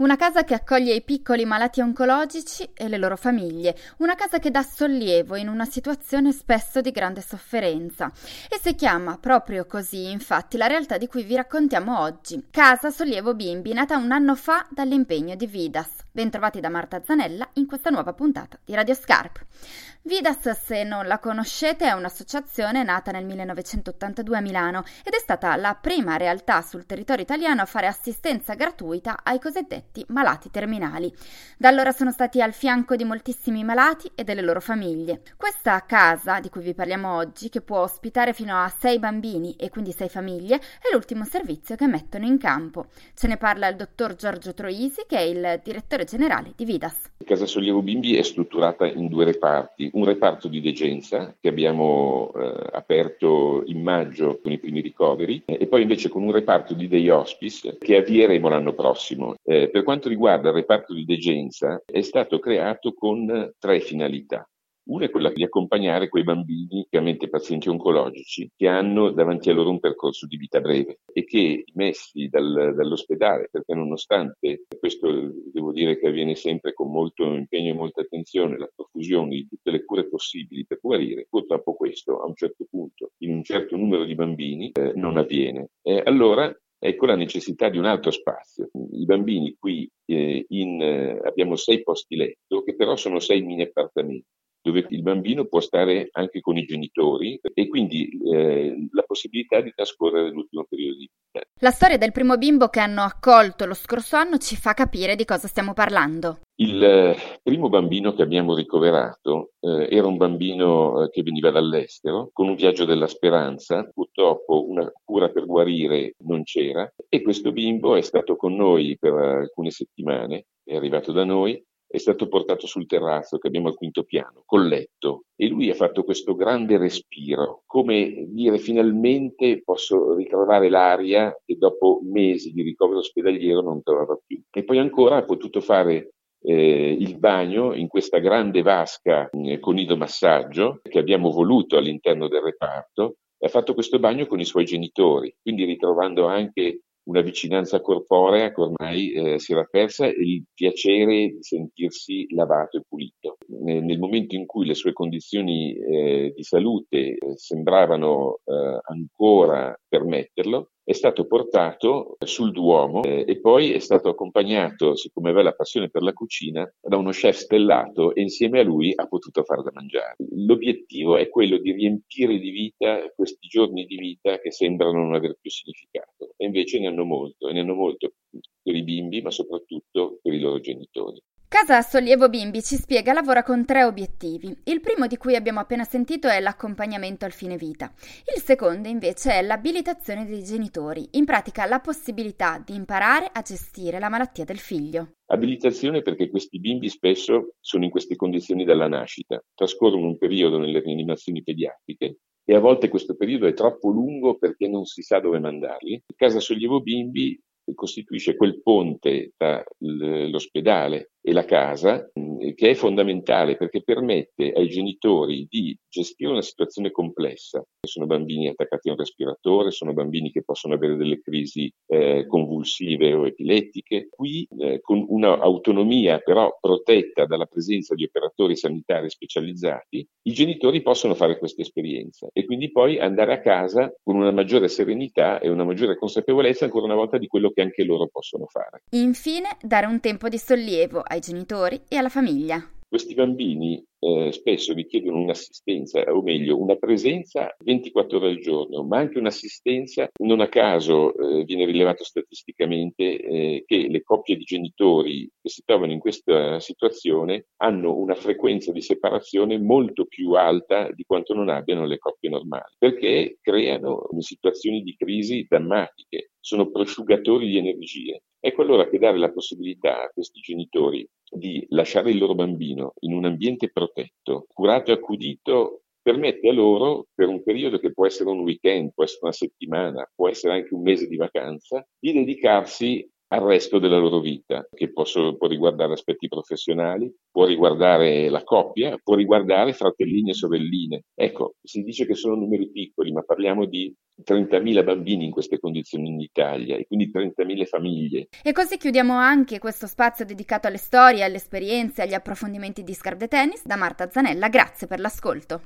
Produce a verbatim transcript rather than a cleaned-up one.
Una casa che accoglie i piccoli malati oncologici e le loro famiglie, una casa che dà sollievo in una situazione spesso di grande sofferenza. E si chiama proprio così, infatti, la realtà di cui vi raccontiamo oggi. Casa Sollievo Bimbi, nata un anno fa dall'impegno di Vidas. Bentrovati da Marta Zanella in questa nuova puntata di Radio Scarp. Vidas, se non la conoscete, è un'associazione nata nel millenovecentottantadue a Milano ed è stata la prima realtà sul territorio italiano a fare assistenza gratuita ai cosiddetti malati terminali. Da allora sono stati al fianco di moltissimi malati e delle loro famiglie. Questa casa, di cui vi parliamo oggi, che può ospitare fino a sei bambini e quindi sei famiglie, è l'ultimo servizio che mettono in campo. Ce ne parla il dottor Giorgio Troisi, che è il direttore generale di Vidas. Casa Sollievo Bimbi è strutturata in due reparti. Un reparto di degenza che abbiamo eh, aperto in maggio con i primi ricoveri eh, e poi invece con un reparto di day hospice che avvieremo l'anno prossimo. Eh, per quanto riguarda il reparto di degenza, è stato creato con tre finalità. Una è quella di accompagnare quei bambini, ovviamente pazienti oncologici, che hanno davanti a loro un percorso di vita breve e che, messi dal, dall'ospedale, perché nonostante questo devo dire che avviene sempre con molto impegno e molta attenzione, la profusione di tutte le cure possibili per guarire, purtroppo questo a un certo punto, in un certo numero di bambini, eh, non avviene. Eh, allora, ecco la necessità di un altro spazio. I bambini qui eh, in, eh, abbiamo sei posti letto, che però sono sei mini appartamenti, dove il bambino può stare anche con i genitori e quindi eh, la possibilità di trascorrere l'ultimo periodo di vita. La storia del primo bimbo che hanno accolto lo scorso anno ci fa capire di cosa stiamo parlando. Il eh, primo bambino che abbiamo ricoverato eh, era un bambino eh, che veniva dall'estero, con un viaggio della speranza. Purtroppo una cura per guarire non c'era e questo bimbo è stato con noi per alcune settimane, è arrivato da noi, è stato portato sul terrazzo che abbiamo al quinto piano, col letto, e lui ha fatto questo grande respiro, come dire finalmente posso ritrovare l'aria che dopo mesi di ricovero ospedaliero non trovava più. E poi ancora ha potuto fare eh, il bagno in questa grande vasca eh, con idromassaggio che abbiamo voluto all'interno del reparto, e ha fatto questo bagno con i suoi genitori, quindi ritrovando anche una vicinanza corporea che ormai eh, si era persa e il piacere di sentirsi lavato e pulito. Nel, nel momento in cui le sue condizioni eh, di salute eh, sembravano eh, ancora permetterlo, è stato portato sul Duomo eh, e poi è stato accompagnato, siccome aveva la passione per la cucina, da uno chef stellato e insieme a lui ha potuto far da mangiare. L'obiettivo è quello di riempire di vita questi giorni di vita che sembrano non aver più significato e invece ne hanno molto, e ne hanno molto per i bimbi ma soprattutto per i loro genitori. Casa Sollievo Bimbi, ci spiega, lavora con tre obiettivi. Il primo, di cui abbiamo appena sentito, è l'accompagnamento al fine vita. Il secondo invece è l'abilitazione dei genitori, in pratica la possibilità di imparare a gestire la malattia del figlio. Abilitazione perché questi bimbi spesso sono in queste condizioni dalla nascita, trascorrono un periodo nelle rianimazioni pediatriche e a volte questo periodo è troppo lungo perché non si sa dove mandarli. Casa Sollievo Bimbi costituisce quel ponte tra l'ospedale e la casa che è fondamentale perché permette ai genitori di gestire una situazione complessa. Sono bambini attaccati a un respiratore, sono bambini che possono avere delle crisi eh, convulsive o epilettiche. Qui eh, con un'autonomia però protetta dalla presenza di operatori sanitari specializzati, i genitori possono fare questa esperienza e quindi poi andare a casa con una maggiore serenità e una maggiore consapevolezza ancora una volta di quello che anche loro possono fare. Infine, dare un tempo di sollievo ai genitori e alla famiglia. Questi bambini eh, spesso richiedono un'assistenza, o meglio, una presenza ventiquattro ore al giorno, ma anche un'assistenza. Non a caso eh, viene rilevato statisticamente eh, che le coppie di genitori che si trovano in questa situazione hanno una frequenza di separazione molto più alta di quanto non abbiano le coppie normali, perché creano situazioni di crisi drammatiche, sono prosciugatori di energie. Ecco allora che dare la possibilità a questi genitori di lasciare il loro bambino in un ambiente protetto, curato e accudito, permette a loro, per un periodo che può essere un weekend, può essere una settimana, può essere anche un mese di vacanza, di dedicarsi al resto della loro vita, che possono, può riguardare aspetti professionali, può riguardare la coppia, può riguardare fratellini e sorelline. Ecco, si dice che sono numeri piccoli, ma parliamo di trentamila bambini in queste condizioni in Italia e quindi trentamila famiglie. E così chiudiamo anche questo spazio dedicato alle storie, alle esperienze, agli approfondimenti di Scarpe Tennis. Da Marta Zanella, grazie per l'ascolto.